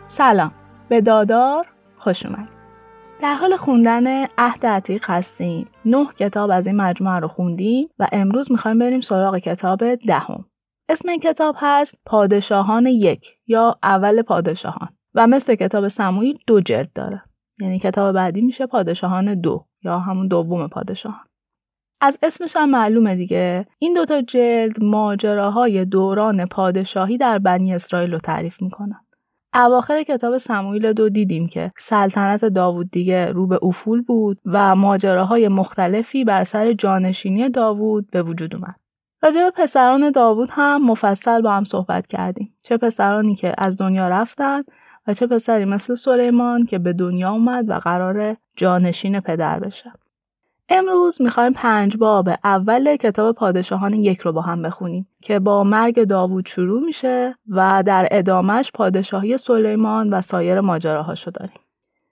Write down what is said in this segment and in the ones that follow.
سلام، به دادار خوش اومد. در حال خوندن عهد عتیق هستیم. 9 کتاب از این مجموعه رو خوندیم و امروز میخوایم بریم سراغ کتاب 10. اسم این کتاب هست پادشاهان 1 یا اول پادشاهان و مثل کتاب سموئیل 2 جلد داره. یعنی کتاب بعدی میشه پادشاهان 2 یا همون دوم پادشاهان. از اسمش هم معلومه دیگه. این 2 جلد ماجراهای دوران پادشاهی در بنی اسرائیل رو تعریف میکنن. اواخر کتاب سموئیل 2 دیدیم که سلطنت داوود دیگه رو به افول بود و ماجراهای مختلفی بر سر جانشینی داوود به وجود اومد. راجع به پسران داوود هم مفصل با هم صحبت کردیم. چه پسرانی که از دنیا رفتن و چه پسری مثل سلیمان که به دنیا اومد و قراره جانشین پدر بشه. امروز میخوایم 5 باب اول کتاب پادشاهان 1 رو با هم بخونیم که با مرگ داوود شروع میشه و در ادامهش پادشاهی سلیمان و سایر ماجراهاشو داریم.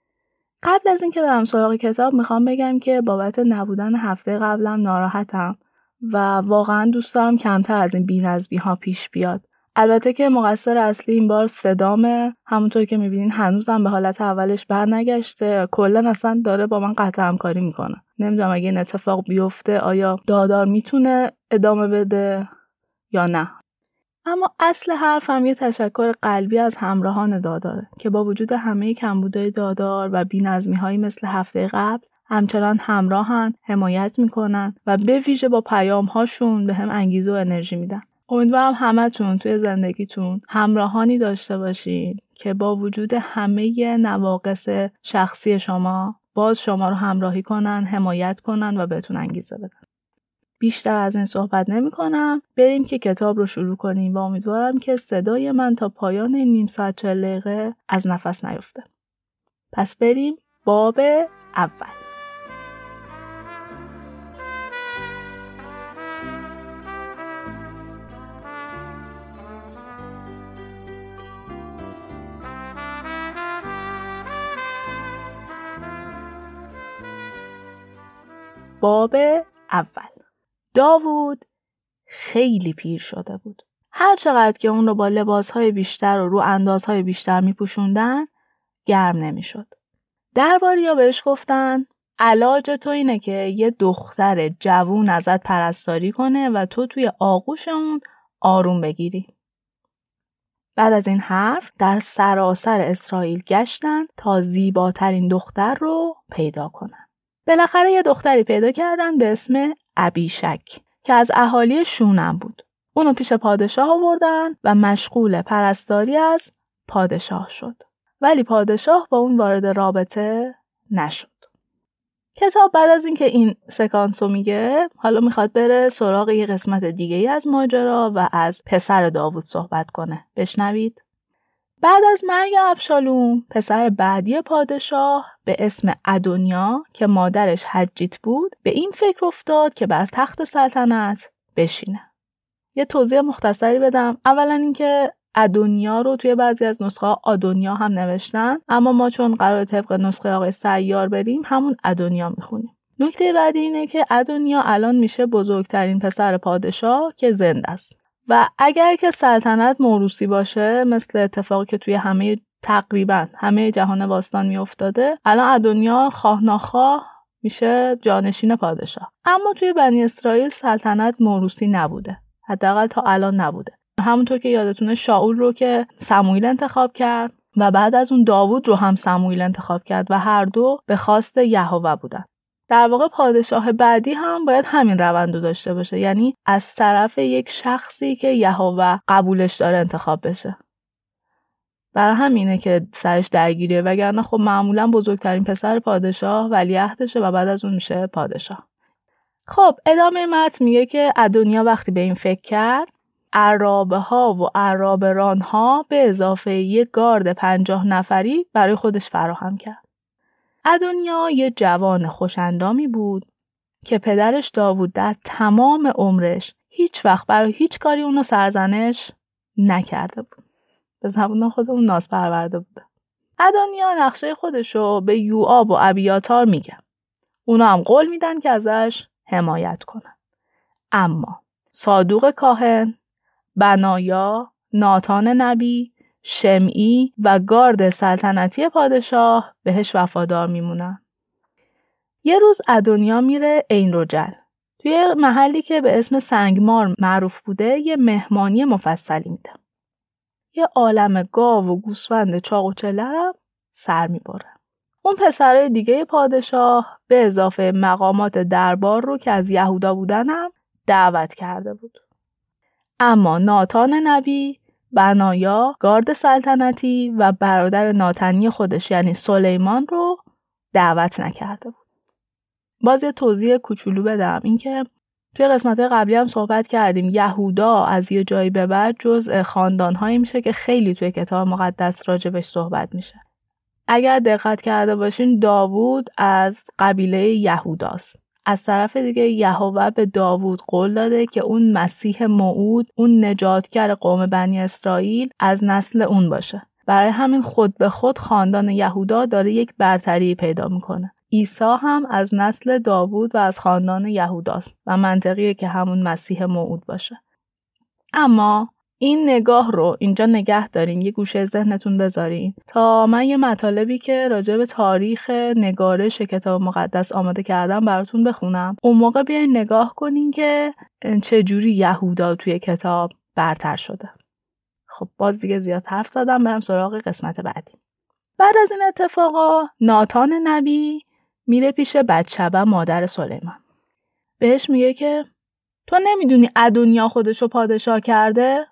قبل از اینکه برم سراغ کتاب میخوام بگم که بابت نبودن هفته قبلم ناراحتم و واقعا دوست دارم کمتر از این بی‌نظمی ها پیش بیاد. البته که مقصر اصلی این بار صدامه، همونطور که میبینین هنوزم به حالت اولش برنگشته، کلا اصلا داره با من قطع همکاری میکنه. نمیدونم اگه این اتفاق بیفته آیا دادار میتونه ادامه بده یا نه. اما اصل حرفم یه تشکر قلبی از همراهان داداره که با وجود همه کمبودهای دادار و بی‌نظمی‌هایی مثل هفته قبل همچنان همراهن، حمایت میکنن و به ویژه با پیام‌هاشون به هم انگیزه و انرژی میدن. امیدوارم همتون توی زندگیتون همراهانی داشته باشین که با وجود همه نواقص شخصی شما باز شما رو همراهی کنن، حمایت کنن و بهتون انگیزه بدن. بیشتر از این صحبت نمی کنم. بریم که کتاب رو شروع کنیم و امیدوارم که صدای من تا پایان این نیم ساعت 40 دقیقه از نفس نیفته. پس بریم باب اول. باب اول. داوود خیلی پیر شده بود. هر چقدر که اون رو با لباسهای بیشتر و رو اندازهای بیشتر می پوشوندن گرم نمی شد. درباریا بهش گفتن علاج تو اینه که یه دختر جوون ازت پرستاری کنه و تو توی آغوش اون آروم بگیری. بعد از این حرف در سراسر اسرائیل گشتن تا زیباترین دختر رو پیدا کنن. بالاخره یه دختری پیدا کردن به اسم ابیشک که از اهالی شونم بود. اونو پیش پادشاه آوردن و مشغول پرستاری از پادشاه شد. ولی پادشاه با اون وارد رابطه نشد. کتاب بعد از اینکه این سکانسو میگه حالا میخواد بره سراغ یه قسمت دیگه‌ای از ماجرا و از پسر داوود صحبت کنه. بشنوید. بعد از مرگ ابشالوم پسر بعدی پادشاه به اسم ادونیا که مادرش حجیت بود به این فکر افتاد که بر تخت سلطنت بشینه. یه توضیح مختصری بدم. اولا اینکه ادونیا رو توی بعضی از نسخه آدونیا هم نوشتن، اما ما چون قرار طبق نسخه آقای سیار بریم همون ادونیا میخونیم. نکته بعدی اینه که ادونیا الان میشه بزرگترین پسر پادشاه که زنده است. و اگر که سلطنت موروثی باشه مثل اتفاقی که توی تقریبا همه جهان باستان میافتاده، الان ادونیا خواه ناخواه میشه جانشین پادشاه. اما توی بنی اسرائیل سلطنت موروثی نبوده، حداقل تا الان نبوده. همونطور که یادتونه شاول رو که سموئیل انتخاب کرد و بعد از اون داوود رو هم سموئیل انتخاب کرد و هر دو به خواست یهوه بودن. در واقع پادشاه بعدی هم باید همین روند رو داشته باشه، یعنی از طرف یک شخصی که یهوه قبولش داره انتخاب بشه. برای همینه که سرش درگیریه، وگرنه خب معمولا بزرگترین پسر پادشاه ولیعهدشه و بعد از اون میشه پادشاه. خب ادامه متن میگه که ادونیا وقتی به این فکر کرد عرابه ها و عرابران ها به اضافه یک گارد 50 نفری برای خودش فراهم کرد. ادونیا یه جوان خوش‌اندامی بود که پدرش داوود در تمام عمرش هیچ وقت برای هیچ کاری اونو سرزنش نکرده بود. به زبون خودمون ناز پرورده بود. ادونیا نقشه خودشو به یوآب و ابیاتار میگه. اونا هم قول میدن که ازش حمایت کنن. اما صادوق کاهن، بنایا، ناتان نبی، شمعی و گارد سلطنتی پادشاه بهش وفادار میمونن. یه روز ادونیا میره عین رجل. توی محلی که به اسم سنگمار معروف بوده یه مهمانی مفصلی میده. یه عالم گاو و گوسفند چاق و چلرم سر میبره. اون پسرای دیگه پادشاه به اضافه مقامات دربار رو که از یهودا بودنم دعوت کرده بود. اما ناتان نبی، بنایا، گارد سلطنتی و برادر ناتنی خودش یعنی سلیمان رو دعوت نکرده بود. باز یه توضیح کوچولو بدم، این که توی قسمت‌های قبلی هم صحبت کردیم یهودا از یه جایی به بعد جزء خاندان‌هایی میشه که خیلی توی کتاب مقدس راجبش صحبت میشه. اگر دقت کرده باشین داوود از قبیله یهوداست. از طرف دیگه یهوه به داوود قول داده که اون مسیح موعود، اون نجاتگر قوم بنی اسرائیل از نسل اون باشه. برای همین خود به خود خاندان یهودا داره یک برتری پیدا میکنه. عیسی هم از نسل داوود و از خاندان یهوداست و منطقیه که همون مسیح موعود باشه. اما این نگاه رو اینجا نگه دارین، یه گوشه ذهنتون بذارین تا من یه مطالبی که راجع به تاریخ نگارش کتاب مقدس آماده کردم براتون بخونم. اون موقع بیاین نگاه کنین که چجوری یهودا توی کتاب برتر شده. خب باز دیگه زیاد حرف زدم، برم سراغ قسمت بعدی. بعد از این اتفاقا ناتان نبی میره پیش بتشبه مادر سلیمان. بهش میگه که تو نمیدونی ادونیا خودشو پادشاه کرده؟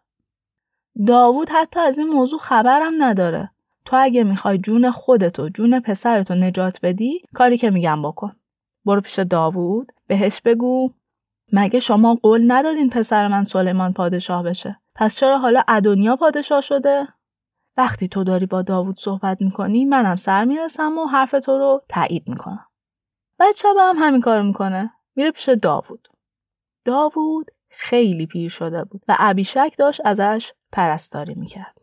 داوود حتی از این موضوع خبرم نداره. تو اگه میخوای جون خودتو، جون پسرتو نجات بدی، کاری که میگم بکن. برو پیش داوود، بهش بگو مگه شما قول ندادین پسر من سلیمان پادشاه بشه؟ پس چرا حالا ادونیا پادشاه شده؟ وقتی تو داری با داوود صحبت میکنی منم سر میرسم و حرف تو رو تایید میکنم. بتشبه هم همین کار میکنه. میره پیش داوود. داوود خیلی پیر شده بود و ابیشک داشت ازش پرستاری میکرد.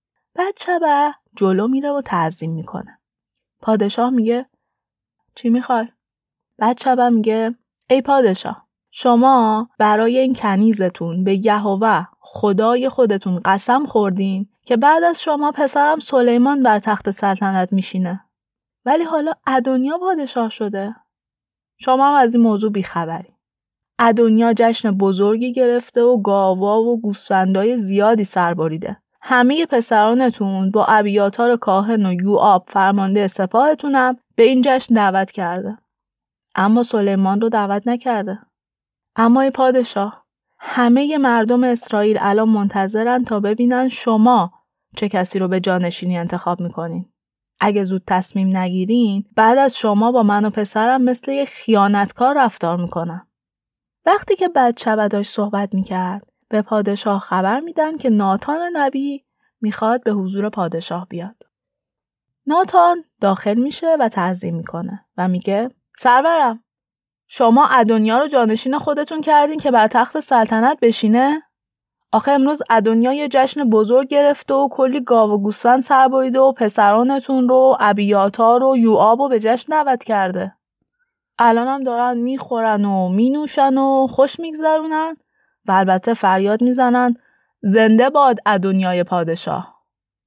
بتشبه جلو میره و تعظیم میکنه. پادشاه میگه چی میخوای؟ بتشبه میگه ای پادشاه، شما برای این کنیزتون به یهوه خدای خودتون قسم خوردین که بعد از شما پسرم سلیمان بر تخت سلطنت میشینه. ولی حالا ادونیا پادشاه شده. شما هم از این موضوع بیخبری. ادونیا جشن بزرگی گرفته و گاوا و گوسفندای زیادی سربریده. همه پسرانتون با ابیاتار کاهن و یوآب فرمانده سپاهتونم به این جشن دعوت کرده. اما سلیمان رو دعوت نکرده. اما ای پادشاه، همه مردم اسرائیل الان منتظرن تا ببینن شما چه کسی رو به جانشینی انتخاب میکنین. اگه زود تصمیم نگیرین، بعد از شما با من و پسرم مثل یه خیانتکار رفتار میکنن. وقتی که بتشبه داشت صحبت میکرد، به پادشاه خبر میدن که ناتان نبی میخواد به حضور پادشاه بیاد. ناتان داخل میشه و تعظیم میکنه و میگه سرورم، شما ادونیا رو جانشین خودتون کردین که بر تخت سلطنت بشینه؟ آخه امروز ادونیا یه جشن بزرگ گرفته و کلی گاو و گوسفند سربریده و پسرانتون رو ابیاتار و یوآب رو به جشن دعوت کرده. الان هم دارن میخورن و مینوشن و خوش میگذرونن و البته فریاد میزنن زنده باد ادونیای پادشاه.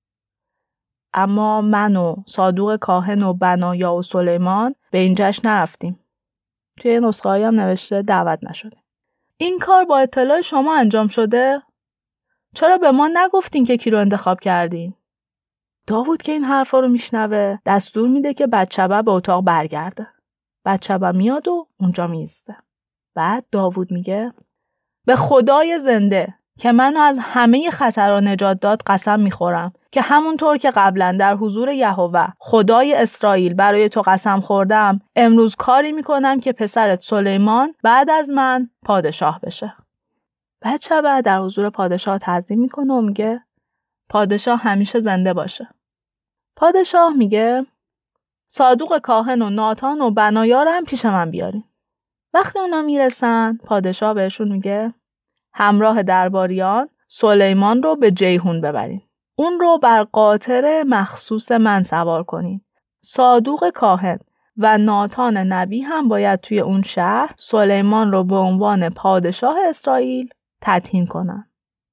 اما من و صادوق کاهن و بنایا و سلیمان به این جشن نرفتیم. توی نسخه‌ای هم نوشته دعوت نشدیم. این کار با اطلاع شما انجام شده؟ چرا به ما نگفتین که کی رو انتخاب کردین؟ داوود که این حرفا رو میشنوه دستور میده که بتشبه به اتاق برگرده. بتشبه میاد و اونجا میسته. بعد داوود میگه به خدای زنده که منو از همه خطرها نجات داد قسم میخورم که همونطور که قبلا در حضور یهوه خدای اسرائیل برای تو قسم خوردم، امروز کاری میکنم که پسرت سلیمان بعد از من پادشاه بشه. بتشبه در حضور پادشاه تعظیم میکنه و میگه پادشاه همیشه زنده باشه. پادشاه میگه صادوق کاهن و ناتان و بنایا رو هم پیش من بیارین. وقتی اونا میرسن پادشاه بهشون میگه همراه درباریان سلیمان رو به جیحون ببرین. اون رو بر قاطر مخصوص من سوار کنین. صادوق کاهن و ناتان نبی هم باید توی اون شهر سلیمان رو به عنوان پادشاه اسرائیل تدهین کنن.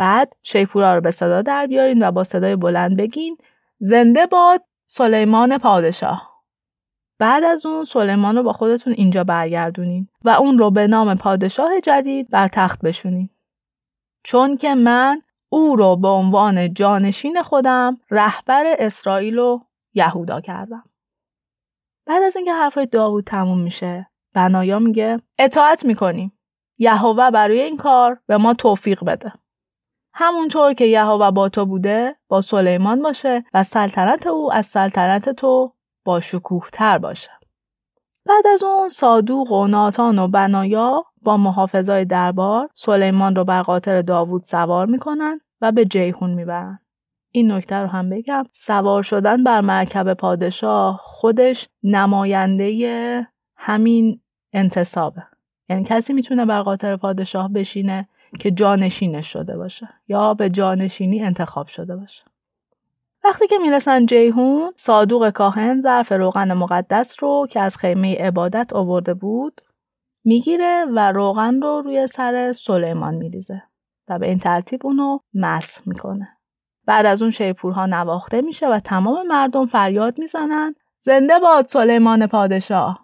بعد شیپورا رو به صدا در بیارین و با صدای بلند بگین زنده باد سلیمان پادشاه. بعد از اون سلیمان رو با خودتون اینجا برگردونین و اون رو به نام پادشاه جدید بر تخت بشونین. چون که من او رو به عنوان جانشین خودم رهبر اسرائیل و یهودا کردم. بعد از اینکه حرفای داوود تموم میشه، بنایا میگه اطاعت میکنیم. یهوه برای این کار به ما توفیق بده. همونطور که یهوه با تو بوده با سلیمان باشه و سلطنت او از سلطنت تو با شکوه تر باشه. بعد از اون صادوق و ناتان و بنایا با محافظای دربار سلیمان رو بر قاطر داوود سوار میکنن و به جیحون میبرن. این نکته رو هم بگم، سوار شدن بر مرکب پادشاه خودش نماینده همین انتصابه. یعنی کسی میتونه بر قاطر پادشاه بشینه که جانشینش شده باشه یا به جانشینی انتخاب شده باشه. وقتی که میرسن جیحون، صادوق کاهن ظرف روغن مقدس رو که از خیمه عبادت آورده بود میگیره و روغن رو روی سر سلیمان میریزه و به این ترتیب اونو مسح میکنه. بعد از اون شیپورها نواخته میشه و تمام مردم فریاد میزنن زنده باد سلیمان پادشاه.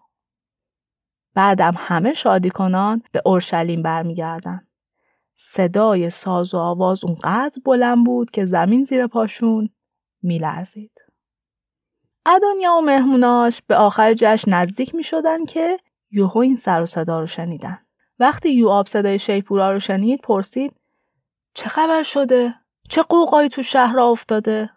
بعدم همه شادی کنان به اورشلیم برمیگردن. صدای ساز و آواز اونقدر بلند بود که زمین زیر پاشون میلرزید. ادونیا و مهموناش به آخر جشن نزدیک میشدن که یوهو این سر و صدا رو شنیدن. وقتی یوآب صدای شیپورا رو شنید پرسید چه خبر شده؟ چه قوقایی تو شهر را افتاده؟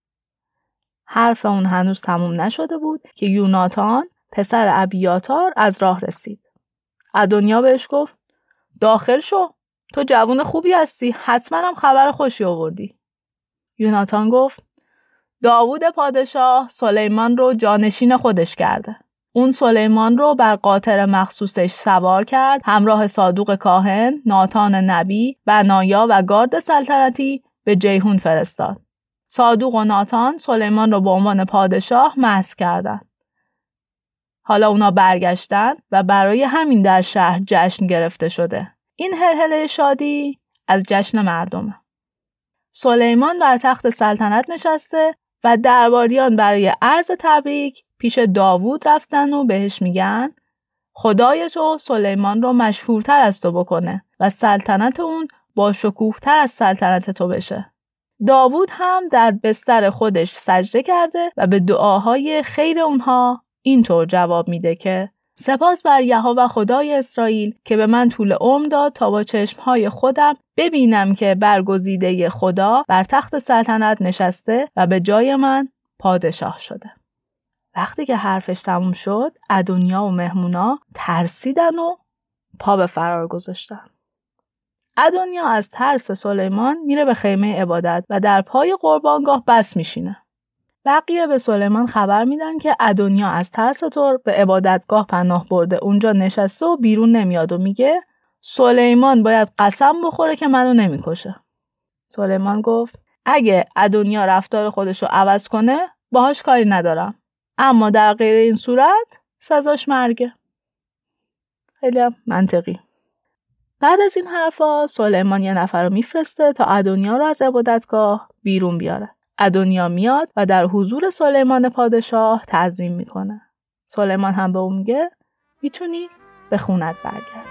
حرف اون هنوز تموم نشده بود که یوناتان پسر ابیاتار از راه رسید. ادونیا بهش گفت داخل شو، تو جوون خوبی هستی، حتما هم خبر خوشی آوردی. یوناتان گفت داوود پادشاه سلیمان رو جانشین خودش کرده. اون سلیمان رو بر قاطر مخصوصش سوار کرد، همراه صادوق کاهن، ناتان نبی، بنایا و گارد سلطنتی به جیحون فرستاد. صادوق و ناتان سلیمان رو به عنوان پادشاه مسح کردن. حالا اونا برگشتن و برای همین در شهر جشن گرفته شده. این هلهله شادی از جشن مردمه. سلیمان بر تخت سلطنت نشسته و درباریان برای عرض تبریک پیش داوود رفتن و بهش میگن خدای تو سلیمان رو مشهورتر از تو بکنه و سلطنت اون با شکوه‌تر از سلطنت تو بشه. داوود هم در بستر خودش سجده کرده و به دعاهای خیر اونها اینطور جواب میده که سپاس بر یهوه خدای اسرائیل که به من طول عمر داد تا با چشمهای خودم ببینم که برگزیده خدا بر تخت سلطنت نشسته و به جای من پادشاه شده. وقتی که حرفش تموم شد ادونیا و مهمونا ترسیدن و پا به فرار گذاشتن. ادونیا از ترس سلیمان میره به خیمه عبادت و در پای قربانگاه بس میشینه. بقیه به سلیمان خبر میدن که ادونیا از ترس تور به عبادتگاه پناه برده، اونجا نشسته و بیرون نمیاد و میگه سلیمان باید قسم بخوره که منو نمیکشه. سلیمان گفت اگه ادونیا رفتار خودشو عوض کنه باهاش کاری ندارم، اما در غیر این صورت سزاش مرگه. خیلی منطقی. بعد از این حرفا سلیمان یه نفر رو میفرسته تا ادونیا رو از عبادتگاه بیرون بیاره. ادونیا میاد و در حضور سلیمان پادشاه تعظیم میکنه. سلیمان هم به اون میگه میتونی به خونت برگرد.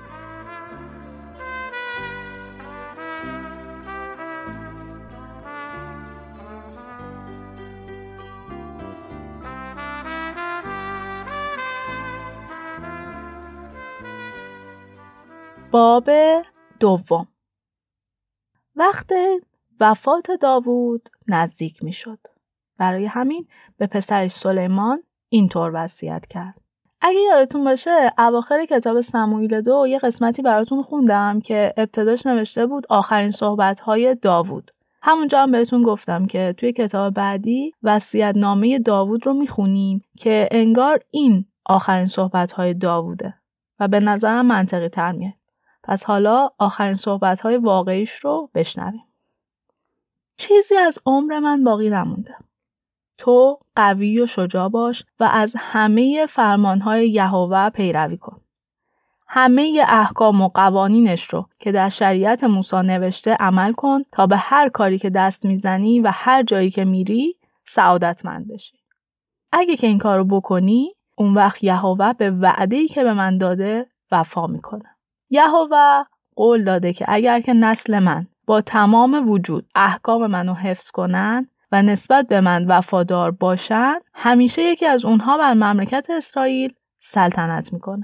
باب دوم. وقت وفات داوود نزدیک می شد. برای همین به پسرش سلیمان اینطور وصیت کرد. اگه یادتون باشه اواخر کتاب سموئیل 2 یه قسمتی براتون خوندم که ابتداش نوشته بود آخرین صحبت‌های داوود. همونجا هم بهتون گفتم که توی کتاب بعدی وصیت‌نامه داوود رو میخونیم که انگار این آخرین صحبت‌های داووده و به نظرم منطقی تر میاد. پس حالا آخرین صحبت‌های واقعیش رو بشنویم. چیزی از عمر من باقی نمونده. تو قوی و شجاع باش و از همه فرمانهای یهوه پیروی کن. همه احکام و قوانینش رو که در شریعت موسی نوشته عمل کن تا به هر کاری که دست میزنی و هر جایی که میری سعادتمند بشی. اگه که این کارو بکنی، اون وقت یهوه به وعده‌ای که به من داده وفا میکنه. یهوه قول داده که اگر که نسل من با تمام وجود احکام منو حفظ کنن و نسبت به من وفادار باشن، همیشه یکی از اونها بر مملکت اسرائیل سلطنت میکنه.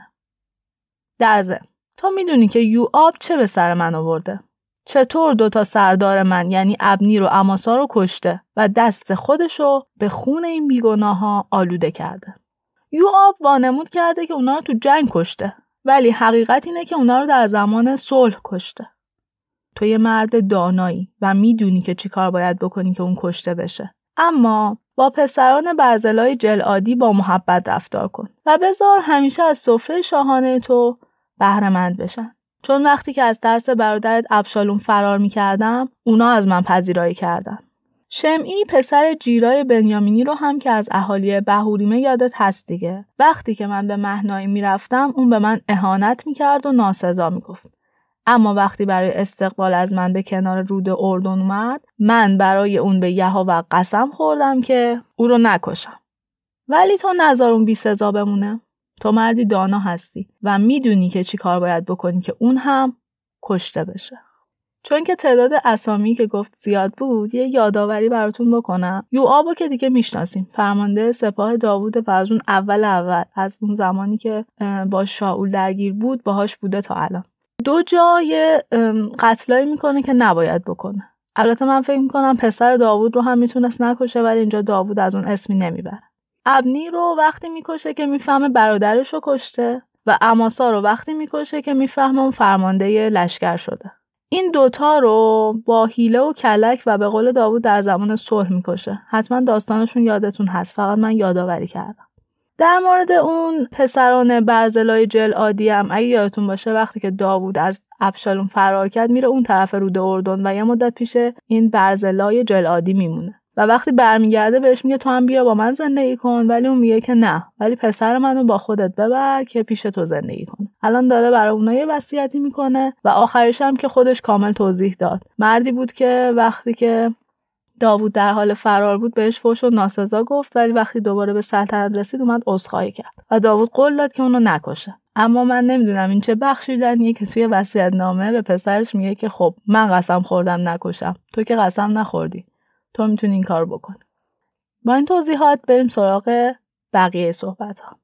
در ضمن تو میدونی که یوآب چه به سر من آورده؟ چطور 2 سردار من یعنی ابنیر و اماسا رو کشته و دست خودشو به خون این بیگناها آلوده کرده. یوآب وانمود کرده که اونا رو تو جنگ کشته، ولی حقیقت اینه که اونا رو در زمان صلح کشته. تو یه مرد دانایی و میدونی که چی کار باید بکنی که اون کشته بشه. اما با پسران برزلای جلعادی با محبت رفتار کن و بذار همیشه از سفره شاهانه تو بهره مند بشن. چون وقتی که از ترس برادرت ابشالوم فرار می‌کردم، اونا از من پذیرایی کردن. شمعی پسر جیرای بنیامینی رو هم که از اهالی بهوریمه یادت هست دیگه. وقتی که من به مهنایی میرفتم، اون به من اهانت می‌کرد و ناسزا میگفت. اما وقتی برای استقبال از من به کنار رود اردن اومد، من برای اون به یهوه قسم خوردم که او رو نکشم. ولی تو نذار اون بی سزا بمونه. تو مردی دانا هستی و میدونی که چی کار باید بکنی که اون هم کشته بشه. چون که تعداد اسامی که گفت زیاد بود، یه یادآوری براتون بکنم. یوآبو که دیگه میشناسیم، فرمانده سپاه داوود و از اون اول از اون زمانی که با شاول درگیر بود باهاش بوده تا الان. 2 جای قتلایی میکنه که نباید بکنه. البته من فکر میکنم پسر داوود رو هم میتونست نکشه، ولی اینجا داوود از اون اسمی نمیبره. ابنی رو وقتی میکشه که میفهمه برادرش رو کشته و اماسا رو وقتی میکشه که میفهمه اون فرمانده لشکر شده. این 2 رو با حیله و کلک و به قول داوود در زمان صلح میکشه. حتما داستانشون یادتون هست، فقط من یادآوری کردم. در مورد اون پسران برزلای جلعادی هم اگه یادتون باشه، وقتی که داوود از ابشالوم فرار کرد میره اون طرف رود اردن و یه مدت پیش این برزلای جلعادی میمونه و وقتی برمیگرده بهش میگه تو هم بیا با من زندگی کن، ولی اون میگه که نه، ولی پسر منو با خودت ببر که پیش تو زندگی کنه. الان داره برای اونها یه وصیتی میکنه و آخرش هم که خودش کامل توضیح داد. مردی بود که وقتی که داوود در حال فرار بود بهش فحش و ناسزا گفت، ولی وقتی دوباره به سلطنت رسید اومد عذرخواهی کرد و داوود قول داد که اونو نکشه. اما من نمیدونم این چه بخشیدنیه که توی وصیت‌نامه به پسرش میگه که خب من قسم خوردم نکشم، تو که قسم نخوردی، تو میتونی این کار بکنی. با این توضیحات بریم سراغ بقیه صحبت‌ها.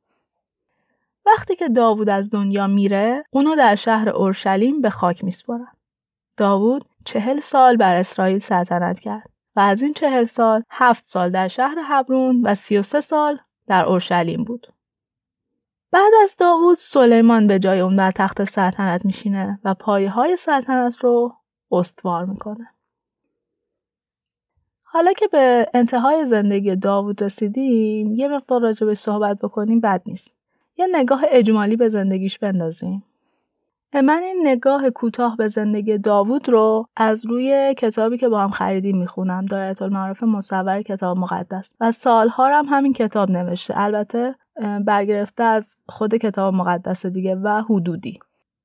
وقتی که داوود از دنیا میره، اونو در شهر اورشلیم به خاک میسپارن. داوود 40 سال بر اسرائیل سلطنت کرد و از این 40 سال 7 سال در شهر هبرون و 33 سال در اورشلیم بود. بعد از داوود سلیمان به جای اون بر تخت سلطنت میشینه و پایه‌های سلطنت رو استوار میکنه. حالا که به انتهای زندگی داوود رسیدیم، یه مقدار راجبش صحبت بکنیم بد نیست. یه نگاه اجمالی به زندگیش بندازیم. من این نگاه کوتاه به زندگی داوود رو از روی کتابی که با هم خریدیم میخونم، دایرةالمعارف مصور کتاب مقدس، و سالها هم همین کتاب نوشته، البته برگرفته از خود کتاب مقدس دیگه و حدودی.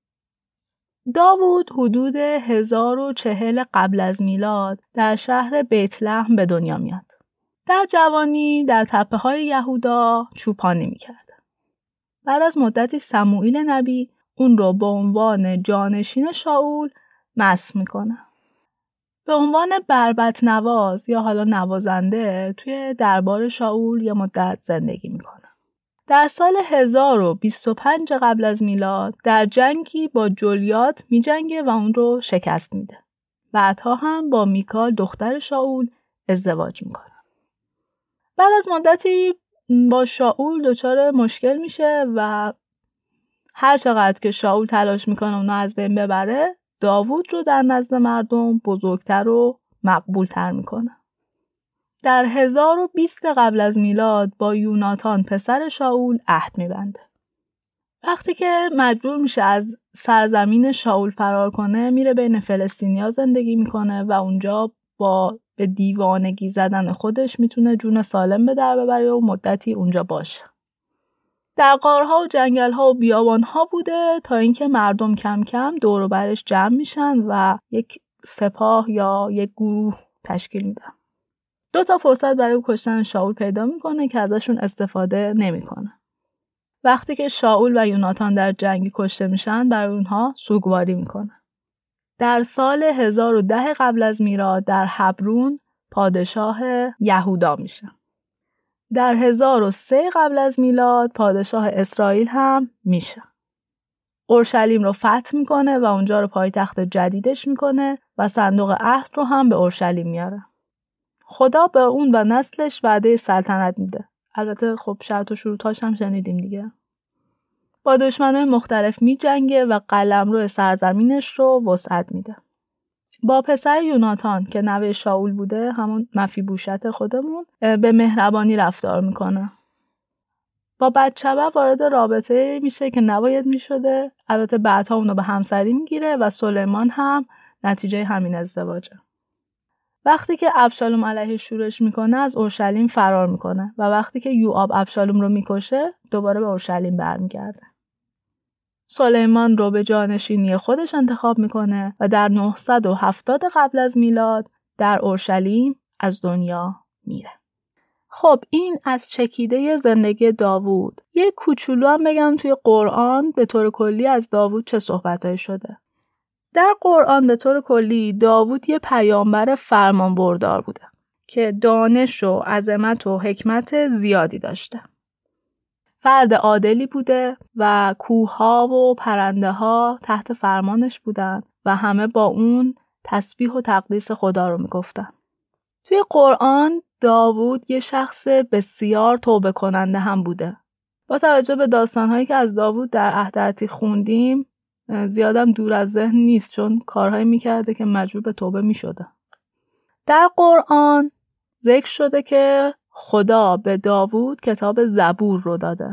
داوود حدود 1040 قبل از میلاد در شهر بیت لحم به دنیا میاد. در جوانی در تپه های یهودا چوپانی میکرد. بعد از مدتی سموئیل نبی اون رو به عنوان جانشین شاول مسح میکنه. به عنوان بربط نواز یا حالا نوازنده توی دربار شاول یه مدت زندگی میکنه. در سال 1025 قبل از میلاد در جنگی با جولیات میجنگه و اون رو شکست میده. بعدها هم با میکال دختر شاول ازدواج میکنه. بعد از مدتی با شاول دچار مشکل میشه و هر چقدر که شاول تلاش میکنه اونو از بین ببره، داوود رو در نزد مردم بزرگتر و مقبولتر میکنه. در 1020 قبل از میلاد با یوناتان پسر شاول عهد میبنده. وقتی که مجبور میشه از سرزمین شاول فرار کنه، میره بین فلسطینیا زندگی میکنه و اونجا با به دیوانگی زدن خودش میتونه جون سالم به در ببره و مدتی اونجا باشه. در غارها و جنگل‌ها و بیابان‌ها بوده تا اینکه مردم کم کم دور و برش جمع میشن و یک سپاه یا یک گروه تشکیل میدن. 2 فرصت برای کشتن شاول پیدا میکنه که ازشون استفاده نمیکنه. وقتی که شاول و یوناتان در جنگی کشته میشن برای اونها سوگواری میکنه. در سال 1010 قبل از میلاد در حبرون پادشاه یهودا میشه. در 1003 قبل از میلاد پادشاه اسرائیل هم میشه. اورشلیم رو فتح میکنه و اونجا رو پایتخت جدیدش میکنه و صندوق عهد رو هم به اورشلیم میاره. خدا به اون و نسلش وعده سلطنت میده. البته خب شرط و شروطاش هم شنیدیم دیگه. با دشمنای مختلف میجنگه و قلمرو سرزمینش رو وسعت میده. با پسر یوناتان که نوه شاول بوده، همون مفیبوشت خودمون، به مهربانی رفتار میکنه. با بتشبع وارد رابطه میشه که نباید میشده. البته بعدها اونو به همسری میگیره و سلیمان هم نتیجه همین ازدواجه. وقتی که ابشالوم علیه شورش میکنه از اورشلیم فرار میکنه و وقتی که یوآب ابشالوم رو میکشه دوباره به اورشلیم برمیگرده. سلیمان رو به جانشینی خودش انتخاب میکنه و در 970 قبل از میلاد در اورشلیم از دنیا میره. خب این از چکیده زندگی داوود. یه کوچولو هم بگم توی قرآن به طور کلی از داوود چه صحبتایی شده. در قرآن به طور کلی داوود یه پیامبر فرمانبردار بوده که دانش و عظمت و حکمت زیادی داشته. فرد عادلی بوده و کوه‌ها و پرنده‌ها تحت فرمانش بودن و همه با اون تسبیح و تقدیس خدا رو میگفتن. توی قرآن داوود یه شخص بسیار توبه کننده هم بوده. با توجه به داستان‌هایی که از داوود در عهد عتیق خوندیم زیادم دور از ذهن نیست، چون کارهایی میکرده که مجبور به توبه میشده. در قرآن ذکر شده که خدا به داوود کتاب زبور رو داده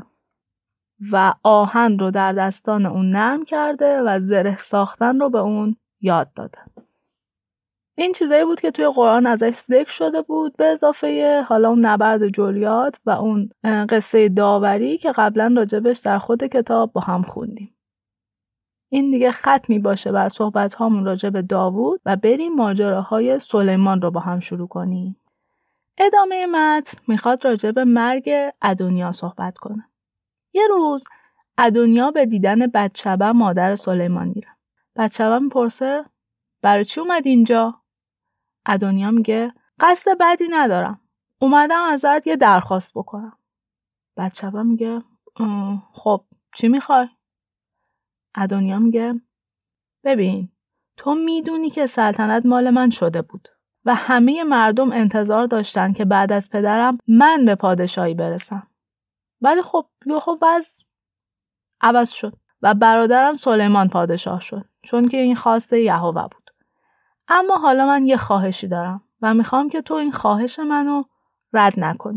و آهن رو در دستان اون نرم کرده و زره ساختن رو به اون یاد داده. این چیزایی بود که توی قرآن ازش ذکر شده بود، به اضافه حالا اون نبرد جولیاد و اون قصه داوری که قبلا راجبش در خود کتاب با هم خوندیم. این دیگه ختمی باشه بر صحبت هامون راجع به داوود و بریم ماجراهای سلیمان رو با هم شروع کنیم. ادامه متن میخواد راجع به مرگ ادونیا صحبت کنه. یه روز ادونیا به دیدن بتشبع مادر سلیمان میره. بتشبع میپرسه برای چی اومد اینجا؟ ادونیا میگه قصد بدی ندارم. اومدم ازت یه درخواست بکنم. بتشبع میگه خب چی میخوای؟ ادونیا میگه ببین تو میدونی که سلطنت مال من شده بود و همه مردم انتظار داشتن که بعد از پدرم من به پادشاهی برسم. ولی خب یهو وضع عوض شد و برادرم سلیمان پادشاه شد چون که این خواست یهوه بود. اما حالا من یه خواهشی دارم و میخوام که تو این خواهش منو رد نکنی.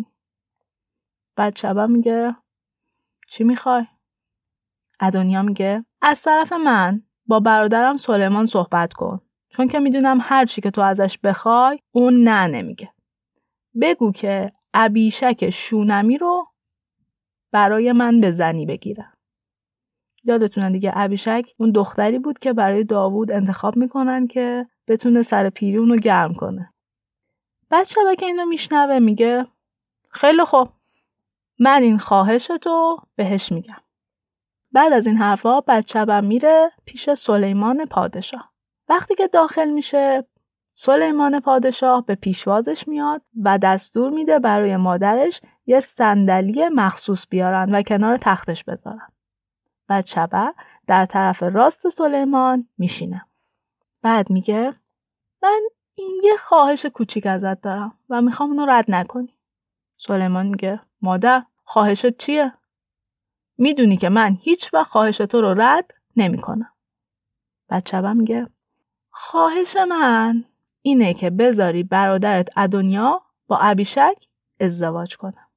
بتشبع میگه چی میخوای؟ ادونیا میگه از طرف من با برادرم سلیمان صحبت کن، چون که میدونم هر چی که تو ازش بخوای اون نه نمیگه. بگو که ابیشک شونمی رو برای من به زنی بگیره. یادتونه دیگه ابیشک اون دختری بود که برای داوود انتخاب میکنن که بتونه سر پیری اونو گرم کنه. بتشبع که اینو میشنوه میگه خیلی خوب، من این خواهشتو بهش میگم. بعد از این حرفا بتشبع میره پیش سلیمان پادشاه. وقتی که داخل میشه سلیمان پادشاه به پیشوازش میاد و دستور میده برای مادرش یه صندلی مخصوص بیارن و کنار تختش بذارن. بتشبع در طرف راست سلیمان میشینه. بعد میگه من این یه خواهش کوچیک ازت دارم و میخوام اونو رد نکنی. سلیمان میگه مادر خواهشت چیه؟ میدونی که من هیچ وقت خواهش تو رو رد نمی کنم. بتشبع میگه خواهش من اینه که بذاری برادرت ادونیا با ابیشک ازدواج کنه.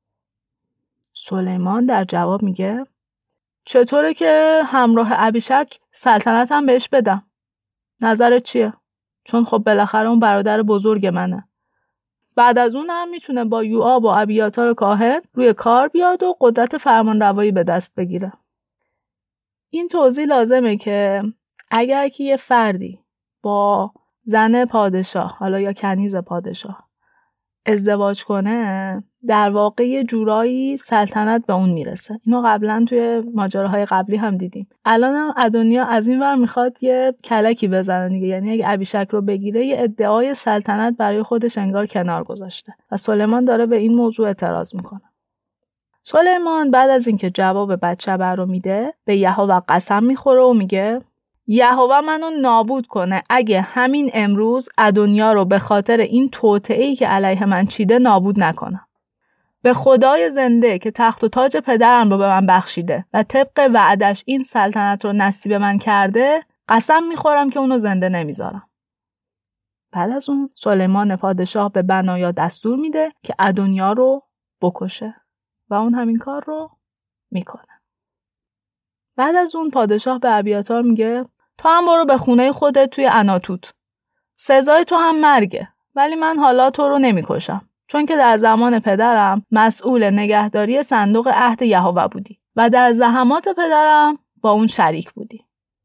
سلیمان در جواب میگه چطوره که همراه ابیشک سلطنتم بهش بدم؟ نظرت چیه؟ چون خب بالاخره اون برادر بزرگ منه بعد از اون هم میتونه با یوآب و ابیاتار کاهن روی کار بیاد و قدرت فرمانروایی به دست بگیره. این توضیح لازمه که اگر که یه فردی با زن پادشاه، حالا یا کنیز پادشاه، ازدواج کنه، در واقع یه جورایی سلطنت به اون میرسه. اینو قبلا توی ماجراهای قبلی هم دیدیم. الان هم ادونیا از این ور میخواد یه کلکی بزنه دیگه، یعنی اگه ابیشک رو بگیره یه ادعای سلطنت برای خودش انگار کنار گذاشته و سلیمان داره به این موضوع اعتراض میکنه. سلیمان بعد از اینکه جواب بدشبه رو میده به یهوه قسم میخوره و میگه یهوه منو نابود کنه اگه همین امروز ادونیا رو به خاطر این توطئه‌ای که علیه من چیده نابود نکنه. به خدای زنده که تخت و تاج پدرم رو به من بخشیده و طبق وعدش این سلطنت رو نصیب من کرده، قسم میخورم که اونو زنده نمیذارم. بعد از اون سلیمان پادشاه به بنایا دستور میده که ادونیا رو بکشه و اون همین کار رو میکنه. بعد از اون پادشاه به ابیاتار میگه تو هم برو به خونه خودت توی عناتوت. سزای تو هم مرگه، ولی من حالا تو رو نمیکشم، چون که در زمان پدرم مسئول نگهداری صندوق عهد یهوه بودی و در زحمات پدرم با اون شریک بودی.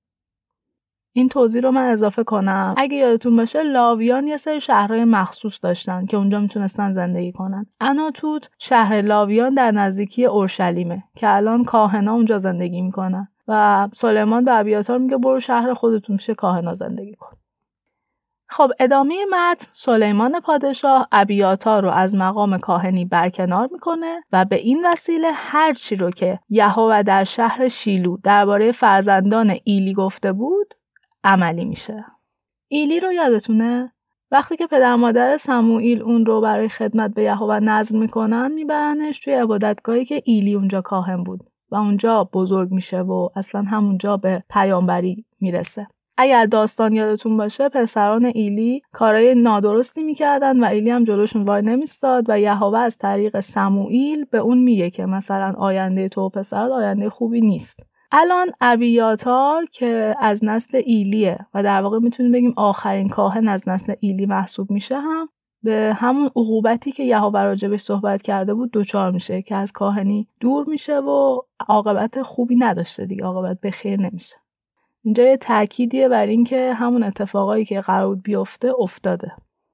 این توضیح رو من اضافه کنم. اگه یادتون باشه لاویان یه سری شهرهای مخصوص داشتن که اونجا میتونستن زندگی کنن. عناتوت شهر لاویان در نزدیکی اورشلیمه که الان کاهنا اونجا زندگی میکنن و سلیمان به ابیاتار میگه برو شهر خودتون میشه کاهنا زندگی کن. خب ادامه متن سلیمان پادشاه ابیاتار رو از مقام کاهنی برکنار میکنه و به این وسیله هر چی رو که یهوه در شهر شیلو درباره فرزندان ایلی گفته بود عملی میشه. ایلی رو یادتونه؟ وقتی که پدر مادر سموئیل اون رو برای خدمت به یهوه نذر میکنن میبرنش توی عبادتگاهی که ایلی اونجا کاهن بود و اونجا بزرگ میشه و اصلا همونجا به پیامبری میرسه. اگر داستان یادتون باشه پسران ایلی کارهای نادرستی میکردن و ایلی هم جلوشون وای نمیستاد و یهوه از طریق سموئیل به اون میگه که مثلا آینده تو پسرات آینده خوبی نیست. الان ابیاتار که از نسل ایلیه و در واقع میتونیم بگیم آخرین کاهن از نسل ایلی محسوب میشه هم به همون عقوبتی که یهوه راجبش صحبت کرده بود دچار میشه که از کاهنی دور میشه و عاقبت خوبی نداشته دیگه، عاقبت به خیر نمیشه. اینجا یه تأکیدیه بر این که همون اتفاقایی که قرار بود بیفته افتاده.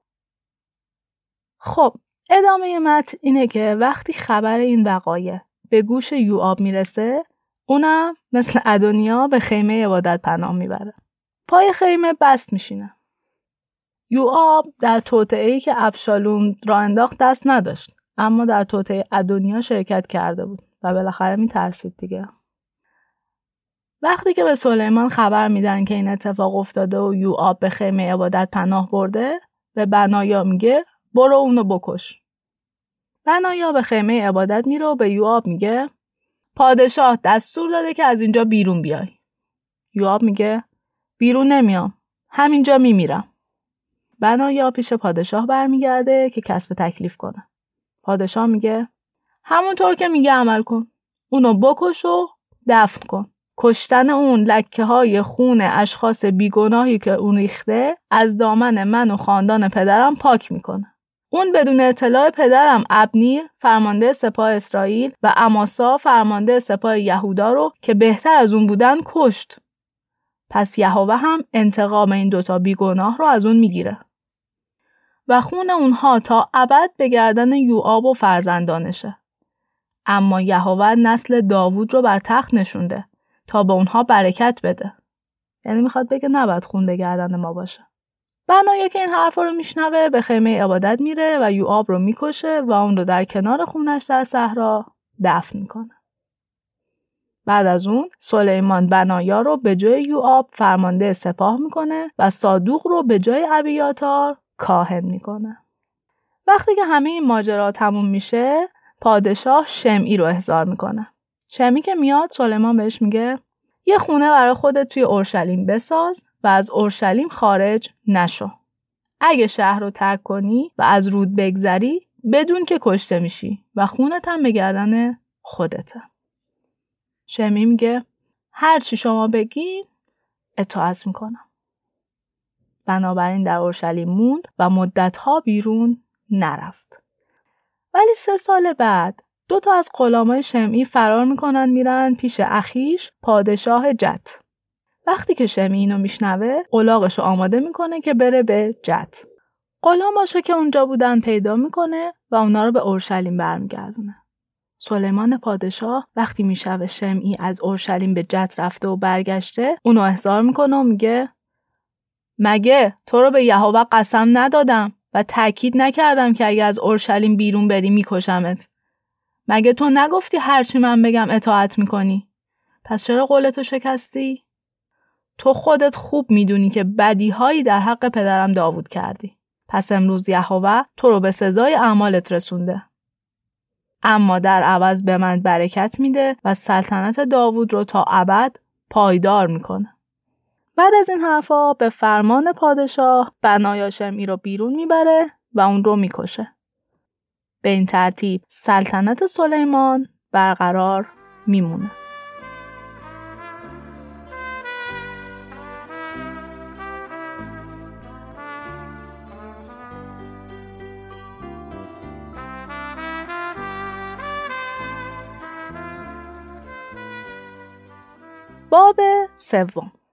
خب ادامه متن اینه که وقتی خبر این وقایع به گوش یوآب میرسه اونم مثل ادونیا به خیمه عبادت پناه میبره. پای خیمه بست میشینه. یوآب در توطئه‌ای که ابشالوم را انداخت دست نداشت، اما در توطئه ادونیا شرکت کرده بود و بالاخره میترسید دیگه. وقتی که به سلیمان خبر میدن که این اتفاق افتاده و یوآب به خیمه عبادت پناه برده، به بنایا میگه برو اونو بکش. بنایا به خیمه عبادت میره و به یوآب میگه پادشاه دستور داده که از اینجا بیرون بیای. یوآب میگه بیرون نمیام، همینجا میمیرم. بنایا پیش پادشاه برمیگرده که کسب تکلیف کنه. پادشاه میگه همونطور که میگه عمل کن، اونو بکش و دفن کن. کشتن اون لکه های خون اشخاص بیگناهی که اون ریخته از دامن من و خاندان پدرم پاک میکنه. اون بدون اطلاع پدرم ابنیر فرمانده سپاه اسرائیل و اماسا فرمانده سپاه یهودا رو که بهتر از اون بودن کشت. پس یهوه هم انتقام این دوتا بیگناه رو از اون میگیره. و خون اونها تا ابد به گردن یوآب و فرزندانشه. اما یهوه نسل داوود رو بر تخت نشونده تا به اونها برکت بده. یعنی میخواد بگه نباید خون به گردن ما باشه. بنایا که این حرفا رو میشنوه به خیمه عبادت میره و یوآب رو میکشه و اون رو در کنار خونش در صحرا دفن میکنه. بعد از اون سلیمان بنایا رو به جای یوآب فرمانده سپاه میکنه و صادوق رو به جای ابیاتار کاهن میکنه. وقتی که همه این ماجرا تموم میشه پادشاه شمعی رو احضار میکنه. شمعی که میاد سلیمان بهش میگه یه خونه برای خودت توی اورشلیم بساز و از اورشلیم خارج نشو. اگه شهر رو ترک کنی و از رود بگذری بدون که کشته میشی و خونت هم به گردن خودته. شمعی میگه هر چی شما بگین اطاعت میکنم. بنابراین در اورشلیم موند و مدتها بیرون نرفت. ولی 3 سال بعد 2 از غلامای شمعی فرار میکنن میرن پیش اخیش پادشاه جت. وقتی که شمعی اینو میشنوه الاغشو آماده میکنه که بره به جت. غلاماشو که اونجا بودن پیدا میکنه و اونا رو به اورشلیم برمیگردونه. سلیمان پادشاه وقتی میشنوه شمعی از اورشلیم به جت رفته و برگشته اونو احضار میکنه و میگه مگه تو رو به یهوه قسم ندادم و تأکید نکردم که اگه از اورشلیم بیرون بری میکشمت؟ مگه تو نگفتی هرچی من بگم اطاعت میکنی؟ پس چرا قولتو شکستی؟ تو خودت خوب میدونی که بدیهایی در حق پدرم داوود کردی. پس امروز یهوه تو رو به سزای اعمالت رسونده. اما در عوض به من برکت میده و سلطنت داوود رو تا ابد پایدار میکنه. بعد از این حرفا به فرمان پادشاه بنایا شمعی رو بیرون میبره و اون رو میکشه. به این ترتیب سلطنت سلیمان برقرار میمونه. باب 3.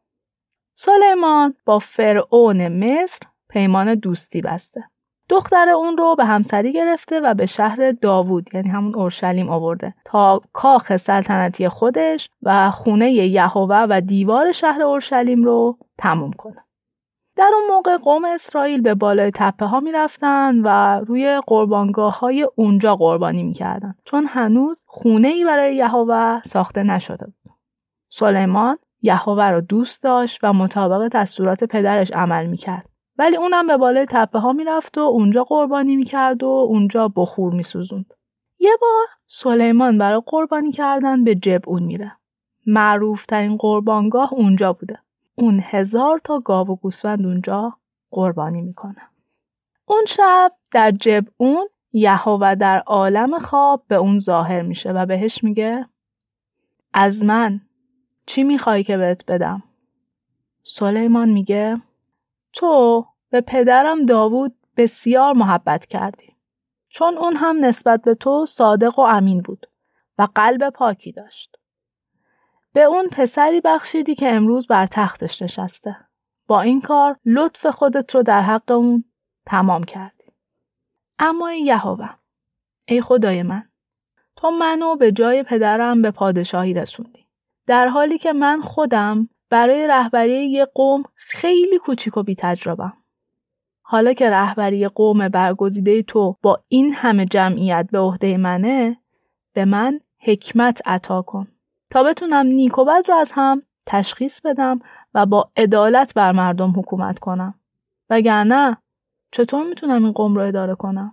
سلیمان با فرعون مصر پیمان دوستی بسته. دختر اون رو به همسری گرفته و به شهر داوود یعنی همون اورشلیم آورده تا کاخ سلطنتی خودش و خونه یهوه و دیوار شهر اورشلیم رو تموم کنه. در اون موقع قوم اسرائیل به بالای تپه ها می رفتن و روی قربانگاه های اونجا قربانی می کردن چون هنوز خونه ای برای یهوه ساخته نشده بود. سلیمان یهوه رو دوست داشت و مطابق دستورات پدرش عمل می کرد. ولی اونم به بالای تپه ها می رفت و اونجا قربانی می کرد و اونجا بخور می سوزوند. یه بار سلیمان برای قربانی کردن به جبعون میره. معروف ترین قربانگاه اونجا بوده. اون 1000 تا گاو و گوسفند اونجا قربانی میکنه. اون شب در جبعون یهوه در عالم خواب به اون ظاهر میشه و بهش میگه از من چی میخوای که بهت بدم؟ سلیمان میگه تو به پدرم داوود بسیار محبت کردی چون اون هم نسبت به تو صادق و امین بود و قلب پاکی داشت. به اون پسری بخشیدی که امروز بر تختش نشسته. با این کار لطف خودت رو در حق اون تمام کردی. اما ای یهوه، ای خدای من، تو منو به جای پدرم به پادشاهی رسوندی. در حالی که من خودم برای رهبری یه قوم خیلی کوچیک و بی تجربه‌ام. حالا که رهبری قوم برگزیده تو با این همه جمعیت به عهده منه، به من حکمت عطا کن تا بتونم نیک و بد رو از هم تشخیص بدم و با عدالت بر مردم حکومت کنم. وگرنه چطور میتونم این قوم رو اداره کنم؟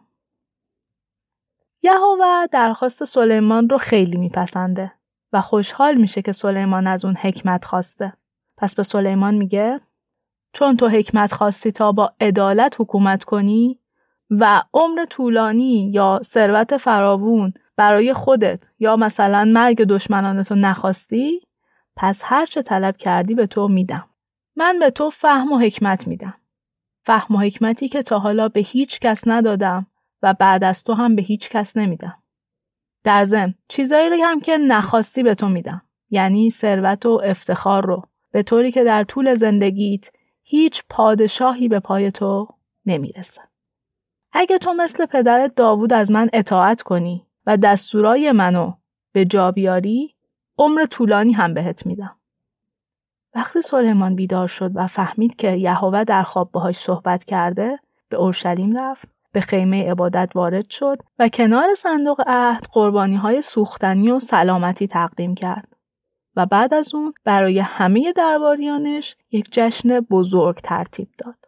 یهوه درخواست سلیمان رو خیلی میپسنده و خوشحال میشه که سلیمان از اون حکمت خواسته. پس به سلیمان میگه چون تو حکمت خواستی تا با عدالت حکومت کنی و عمر طولانی یا ثروت فراوون برای خودت یا مثلا مرگ دشمنانتو نخواستی، پس هر چه طلب کردی به تو میدم. من به تو فهم و حکمت میدم. فهم و حکمتی که تا حالا به هیچ کس ندادم و بعد از تو هم به هیچ کس نمیدم. در ضمن چیزایی رو هم که نخواستی به تو میدم. یعنی ثروت و افتخار رو، به طوری که در طول زندگیت هیچ پادشاهی به پای تو نمیرسه. اگه تو مثل پدرت داوود از من اطاعت کنی و دستورای منو به جا بیاری، عمر طولانی هم بهت میدم. وقتی سلیمان بیدار شد و فهمید که یهوه در خواب باهاش صحبت کرده، به اورشلیم رفت، به خیمه عبادت وارد شد و کنار صندوق عهد قربانی‌های سوختنی و سلامتی تقدیم کرد. و بعد از اون برای همه درباریانش یک جشن بزرگ ترتیب داد.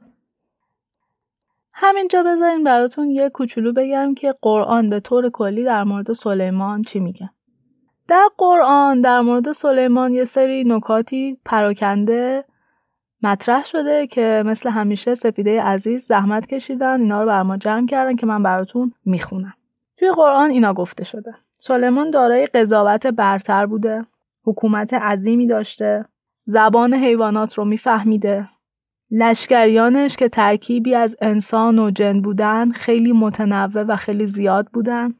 همینجا بذارین براتون یه کوچولو بگم که قرآن به طور کلی در مورد سلیمان چی میگه. در قرآن در مورد سلیمان یه سری نکاتی پراکنده مطرح شده که مثل همیشه سپیده عزیز زحمت کشیدن اینا رو بر ما جمع کردن که من براتون میخونم. توی قرآن اینا گفته شده. سلیمان دارای قضاوت برتر بوده، حکومت عظیمی داشته، زبان حیوانات رو میفهمیده، لشکریانش که ترکیبی از انسان و جن بودن خیلی متنوع و خیلی زیاد بودن.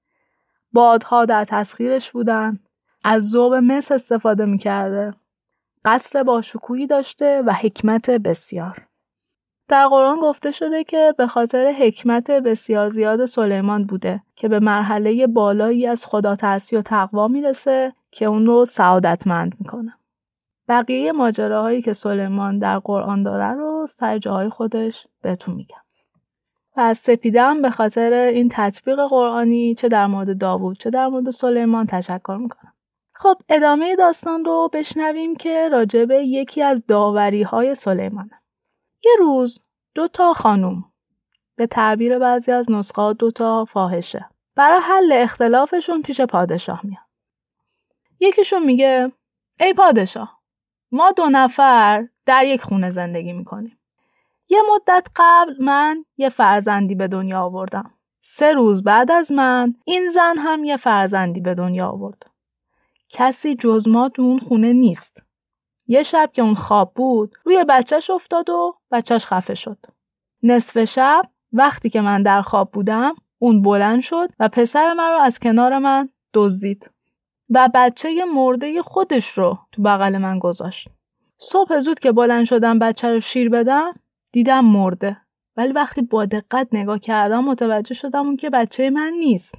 بادها در تسخیرش بودن. از ذوب مس استفاده می‌کرده. قصر باشکوهی داشته و حکمت بسیار. در قرآن گفته شده که به خاطر حکمت بسیار زیاد سلیمان بوده که به مرحله بالایی از خداترسی و تقوا میرسه که اون رو سعادتمند میکنه. بقیه ماجراهایی که سلیمان در قرآن داره رو سر جاهای خودش بهتون میگم. و از سپیدم به خاطر این تطبیق قرآنی چه در مورد داوود چه در مورد سلیمان تشکر میکنم. خب ادامه داستان رو بشنویم که راجب یکی از داوری‌های سلیمانه. یه روز 2 خانوم، به تعبیر بعضی از نسخه‌ها 2 فاحشه، برای حل اختلافشون پیش پادشاه میان. یکیشون میگه ای پادشاه، ما 2 نفر در یک خونه زندگی میکنیم. یه مدت قبل من یه فرزندی به دنیا آوردم. 3 روز بعد از من این زن هم یه فرزندی به دنیا آورد. کسی جز ما تو اون خونه نیست. یه شب که اون خواب بود روی بچهش افتاد و بچهش خفه شد. نصف شب وقتی که من در خواب بودم اون بلند شد و پسر من رو از کنار من دزدید و بچه مرده خودش رو تو بغل من گذاشت. صبح زود که بلند شدم بچه رو شیر بدم دیدم مرده، ولی وقتی با دقت نگاه کردم متوجه شدم اون که بچه من نیست.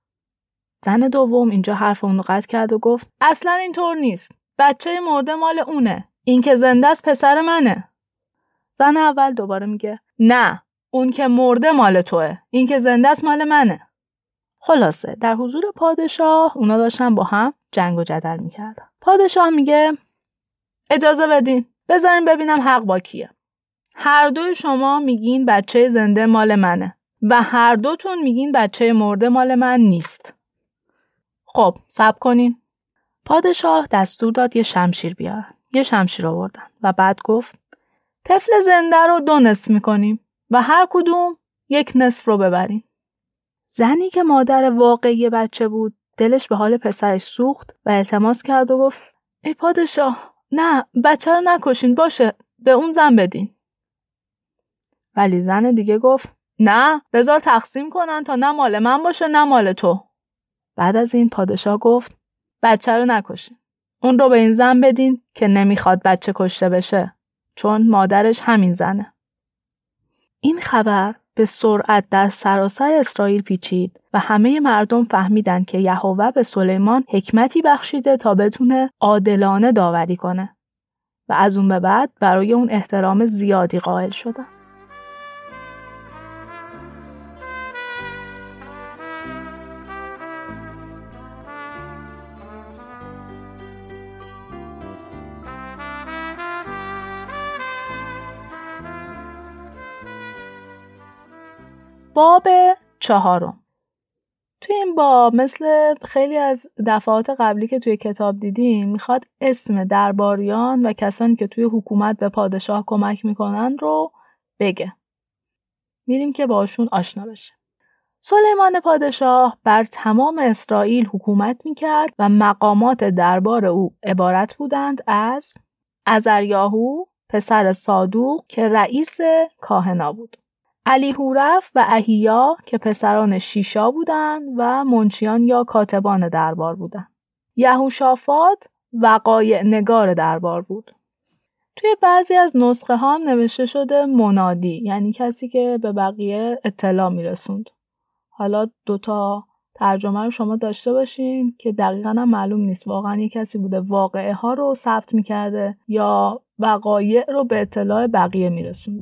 زن دوم اینجا حرف اون رو قطع کرد و گفت اصلا اینطور نیست. بچه مرده مال اونه. این که زنده است پسر منه. زن اول دوباره میگه نه، اون که مرده مال توه. این که زنده است مال منه. خلاصه در حضور پادشاه اونا داشتن با هم جنگ و جدل میکردن. پادشاه میگه اجازه بدین بذارین ببینم حق با کیه. هر دوی شما میگین بچه زنده مال منه و هر دوتون میگین بچه مرده مال من نیست. خب صبر کنین. پادشاه دستور داد یه شمشیر بیارن. یه شمشیر آوردن و بعد گفت طفل زنده رو 2 نصف میکنیم و هر کدوم 1 نصف رو ببرین. زنی که مادر واقعی بچه بود دلش به حال پسرش سوخت و التماس کرد و گفت ای پادشاه، نه بچه رو نکشین، باشه به اون زن بدین. ولی زن دیگه گفت نه، بذار تقسیم کنن تا نه مال من باشه نه مال تو. بعد از این پادشاه گفت بچه رو نکشین. اون رو به این زن بدین که نمیخواد بچه کشته بشه، چون مادرش همین زنه. این خبر به سرعت در سراسر اسرائیل پیچید و همه مردم فهمیدن که یهوه به سلیمان حکمتی بخشیده تا بتونه عادلانه داوری کنه و از اون به بعد برای اون احترام زیادی قائل شدن. باب 4. توی این باب مثل خیلی از دفعات قبلی که توی کتاب دیدیم میخواد اسم درباریان و کسانی که توی حکومت به پادشاه کمک میکنن رو بگه. میریم که باشون آشنا بشه. سلیمان پادشاه بر تمام اسرائیل حکومت میکرد و مقامات دربار او عبارت بودند از عزریاهو پسر صادوق که رئیس کاهنا بود، الیهورف و احیا که پسران شیشا بودند و منشیان یا کاتبان دربار بودند. یهوشافاط وقایع نگار دربار بود. توی بعضی از نسخه ها هم نوشته شده منادی، یعنی کسی که به بقیه اطلاع میرسوند. حالا 2 ترجمه رو شما داشته باشین که دقیقاً هم معلوم نیست واقعا یک کسی بوده واقعه ها رو ثبت میکرده یا وقایع رو به اطلاع بقیه میرسونده.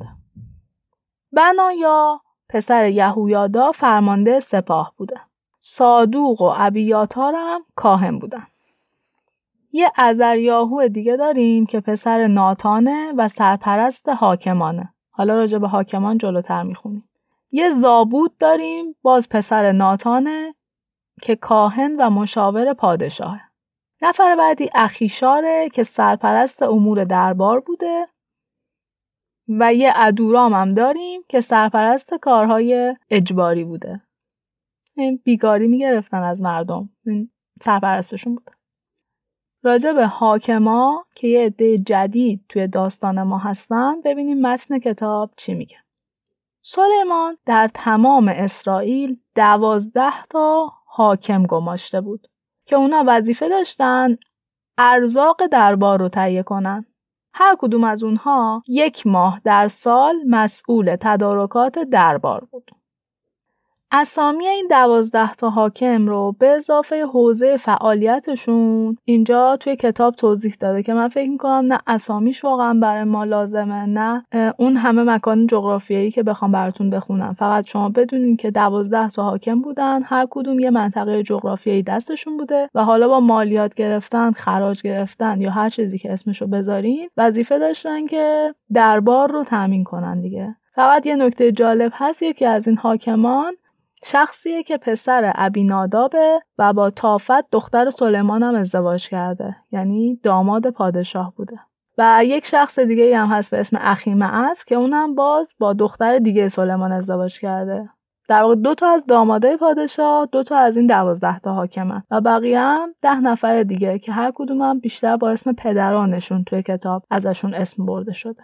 بنایا پسر یهویادا فرمانده سپاه بوده. صادوق و ابیاتار هم کاهن بودن. یه عزریاهو دیگه داریم که پسر ناتانه و سرپرست حاکمانه. حالا راجع به حاکمان جلوتر میخونیم. یه زابود داریم باز پسر ناتانه که کاهن و مشاور پادشاهه. نفر بعدی اخیشاره که سرپرست امور دربار بوده و یه ادورام هم داریم که سرپرست کارهای اجباری بوده. این بیگاری میگرفتن از مردم. این سرپرستشون بوده. راجع به حاکما که یه عده جدید توی داستان ما هستن ببینیم متن کتاب چی میگه. سلیمان در تمام اسرائیل 12 تا حاکم گماشته بود که اونا وظیفه داشتن ارزاق دربار رو تهیه کنن. هر کدوم از اونها 1 ماه در سال مسئول تدارکات دربار بود. اسامی این 12 تا حاکم رو به اضافه حوزه فعالیتشون اینجا توی کتاب توضیح داده که من فکر میکنم نه اسامیش واقعا برای ما لازمه نه اون همه مکان جغرافیایی که بخوام براتون بخونم. فقط شما بدونین که 12 تا حاکم بودن، هر کدوم یه منطقه جغرافیایی دستشون بوده و حالا با مالیات گرفتن، خراج گرفتن یا هر چیزی که اسمشو بذارین وظیفه داشتن که دربار رو تامین کنن دیگه. فقط یه نکته جالب هست، یکی از این حاکمان شخصیه که پسر ابینادابه و با طافت دختر سلیمان هم ازدواج کرده، یعنی داماد پادشاه بوده. و یک شخص دیگه هم هست به اسم اخیمعز که اونم باز با دختر دیگه سلیمان ازدواج کرده. در واقع 2 تا از دامادای پادشاه، 2 تا از این 12 تا حاکمن و بقیه هم 10 نفر دیگه که هر کدوم هم بیشتر با اسم پدرانشون توی کتاب ازشون اسم برده شده.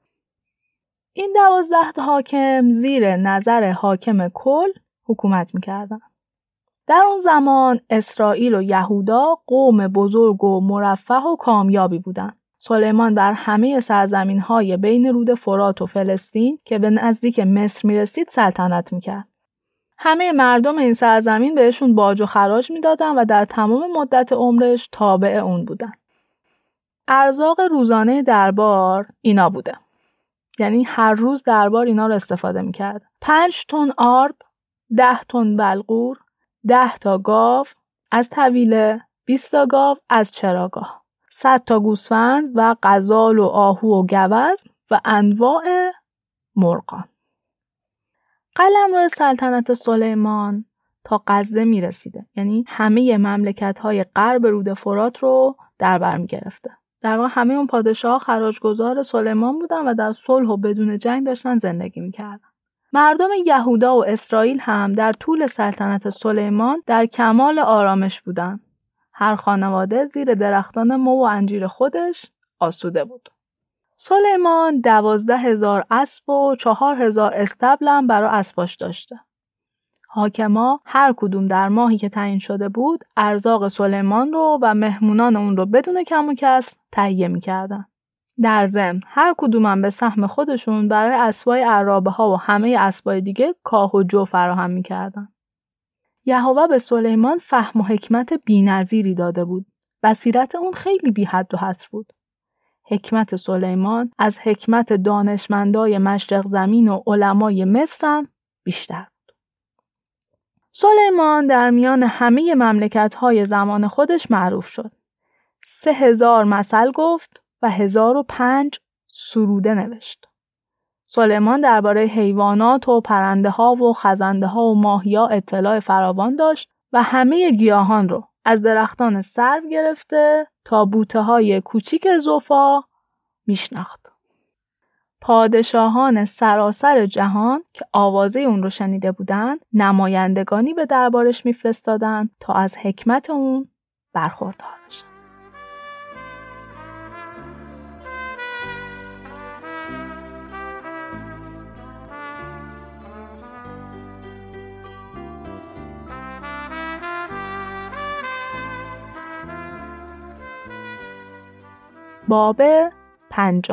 این 12 تا حاکم زیر نظر حاکم کل حکومت میکردن. در اون زمان اسرائیل و یهودا قوم بزرگ و مرفه و کامیابی بودن. سلیمان بر همه سرزمین‌های بین رود فرات و فلسطین که به نزدیک مصر میرسید سلطنت میکرد. همه مردم این سرزمین بهشون باج و خراج میدادن و در تمام مدت عمرش تابع اون بودن. ارزاق روزانه دربار اینا بوده. یعنی هر روز دربار اینا رو استفاده میکرد. 5 تن آرد، 10 تن بلغور، 10 تا گاو از طویله، 20 تا گاو از چراگاه، 100 تا گوسفند و غزال و آهو و گوز و انواع مرغان. قلمرو سلطنت سلیمان تا غزه می رسیده، یعنی همه مملکت‌های غرب رود فرات رو در بر می گرفته. در واقع همه اون پادشاه خراجگزار سلیمان بودن و در صلح و بدون جنگ داشتن زندگی می کردن. مردم یهودا و اسرائیل هم در طول سلطنت سلیمان در کمال آرامش بودند. هر خانواده زیر درختان مو و انجیر خودش آسوده بود. سلیمان 12,000 اسب و 4,000 استبل هم برای اسباش داشته. حاکما هر کدوم در ماهی که تعیین شده بود ارزاق سلیمان رو و مهمونان اون رو بدون کم و کسر تهیه می‌کردن. در ضمن هر کدومم به سهم خودشون برای اسبای عرابه ها و همه اسبای دیگه کاه و جو فراهم می‌کردن. یهوه به سلیمان فهم و حکمت بی‌نظیری داده بود. بصیرت اون خیلی بی حد و حصر بود. حکمت سلیمان از حکمت دانشمندای مشرق زمین و علمای مصر هم بیشتر بود. سلیمان در میان همه مملکت‌های زمان خودش معروف شد. 3,000 مثل گفت و 1,005 سروده نوشت. سلیمان درباره حیوانات و پرنده ها و خزنده ها و ماهیا اطلاع فراوان داشت و همه گیاهان رو از درختان سرو گرفته تا بوته های کوچیک زوفا میشناخت. پادشاهان سراسر جهان که آوازه اون رو شنیده بودند نمایندگانی به دربارش میفرستادن تا از حکمت اون برخوردار بشن. باب 5.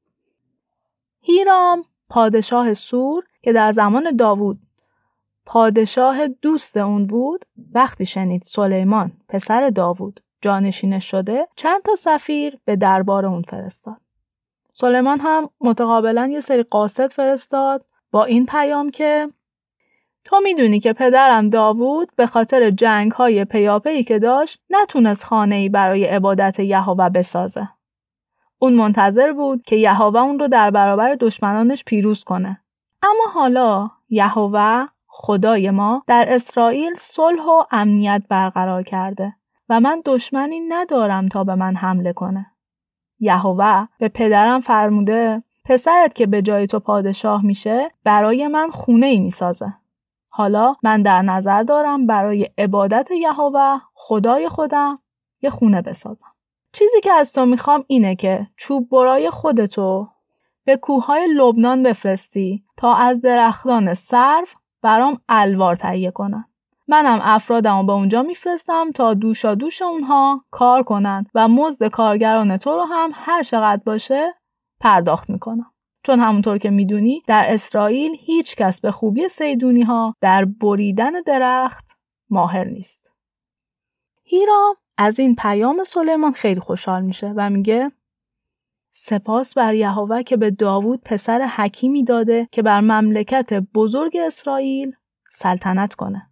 هیرام پادشاه سور که در زمان داوود پادشاه دوست اون بود وقتی شنید سلیمان پسر داوود جانشینش شده چند تا سفیر به دربار اون فرستاد. سلیمان هم متقابلا یه سری قاصد فرستاد با این پیام که تو میدونی که پدرم داوود به خاطر جنگ‌های پیاپی که داشت نتونست خانه‌ای برای عبادت یهوه بسازه. اون منتظر بود که یهوه اون رو در برابر دشمنانش پیروز کنه. اما حالا یهوه خدای ما در اسرائیل صلح و امنیت برقرار کرده و من دشمنی ندارم تا به من حمله کنه. یهوه به پدرم فرموده پسرت که به جای تو پادشاه میشه برای من خونه‌ای میسازه. حالا من در نظر دارم برای عبادت یهوه خدای خودم یه خونه بسازم. چیزی که از تو میخوام اینه که چوب برای خودتو به کوههای لبنان بفرستی تا از درختان سرو برام الوار تهیه کنن. منم افرادمو به اونجا میفرستم تا دوشا دوش اونها کار کنن و مزد کارگران تو رو هم هر چقدر باشه پرداخت میکنم. چون همونطور که میدونی در اسرائیل هیچ کس به خوبی صیدونی ها در بریدن درخت ماهر نیست. هیرام از این پیام سلیمان خیلی خوشحال میشه و میگه سپاس بر یهوه که به داوود پسر حکیمی داده که بر مملکت بزرگ اسرائیل سلطنت کنه.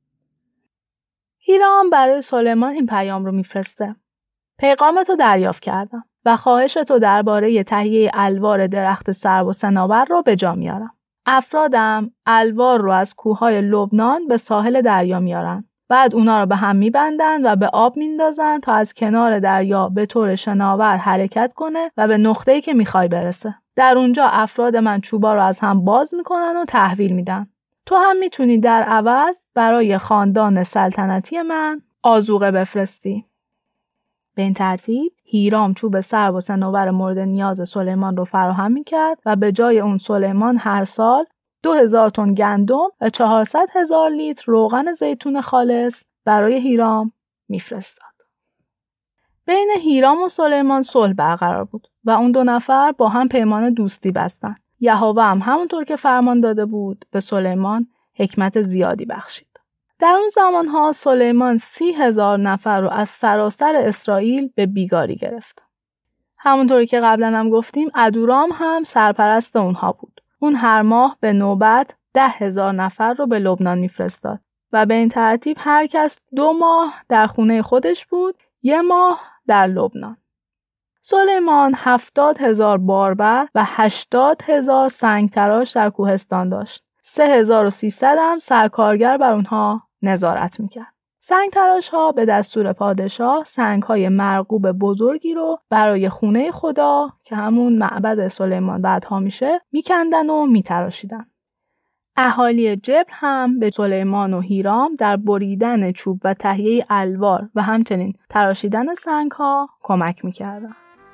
هیرام برای سلیمان این پیام رو میفرسته. پیغامتو دریافت کردم و خواهشتو درباره تهیه الوار درخت سرو و صنوبر رو به جا میارم. افرادم الوار رو از کوههای لبنان به ساحل دریا میارن. بعد اونا رو به هم میبندن و به آب میندازن تا از کنار دریا به طور شناور حرکت کنه و به نقطه‌ای که میخوای برسه. در اونجا افراد من چوبا رو از هم باز میکنن و تحویل میدن. تو هم میتونی در عوض برای خاندان سلطنتی من آذوقه بفرستی. به این ترتیب هیرام چوب سرو و صنوبر مورد نیاز سلیمان رو فراهم میکرد و به جای اون سلیمان هر سال 2000 تن گندم و 400,000 لیتر روغن زیتون خالص برای هیرام میفرستاد. بین هیرام و سلیمان صلح برقرار بود و اون دو نفر با هم پیمان دوستی بستن. یهوه هم همونطور که فرمان داده بود به سلیمان حکمت زیادی بخشید. در اون زمانها سلیمان 30,000 نفر رو از سراسر اسرائیل به بیگاری گرفت. همونطوری که قبلا هم گفتیم ادورام هم سرپرست اونها بود. اون هر ماه به نوبت 10,000 نفر رو به لبنان میفرستاد و به این ترتیب هر کس 2 ماه در خونه خودش بود، 1 ماه در لبنان. سلیمان 70,000 باربر و 80,000 سنگتراش در کوهستان داشت. 3,300 هم سرکارگر بر اونها نظارت میکرد. سنگتراش ها به دستور پادشاه سنگ های مرغوب بزرگی رو برای خونه خدا که همون معبد سلیمان بعدها میشه میکندن و میتراشیدن. اهالی جبل هم به سلیمان و هیرام در بریدن چوب و تهیه الوار و همچنین تراشیدن سنگ ها کمک میکردن.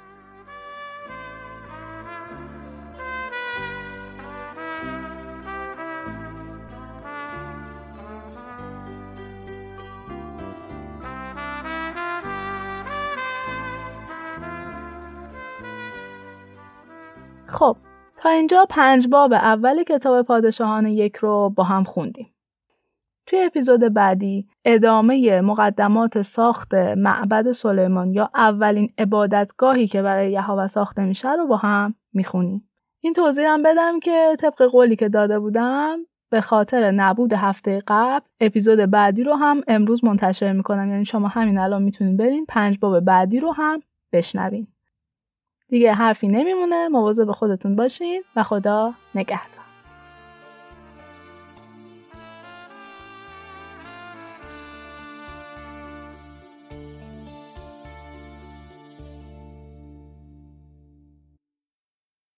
خب تا اینجا 5 باب اول کتاب پادشاهان 1 رو با هم خوندیم. توی اپیزود بعدی ادامه مقدمات ساخت معبد سلیمان یا اولین عبادتگاهی که برای یهوه ساخته میشه رو با هم میخونیم. این توضیحم بدم که طبق قولی که داده بودم به خاطر نبود هفته قبل اپیزود بعدی رو هم امروز منتشر میکنم، یعنی شما همین الان میتونین برین 5 باب بعدی رو هم بشنوین. دیگه حرفی نمیمونه، مواظب خودتون باشین و خدا نگهدار.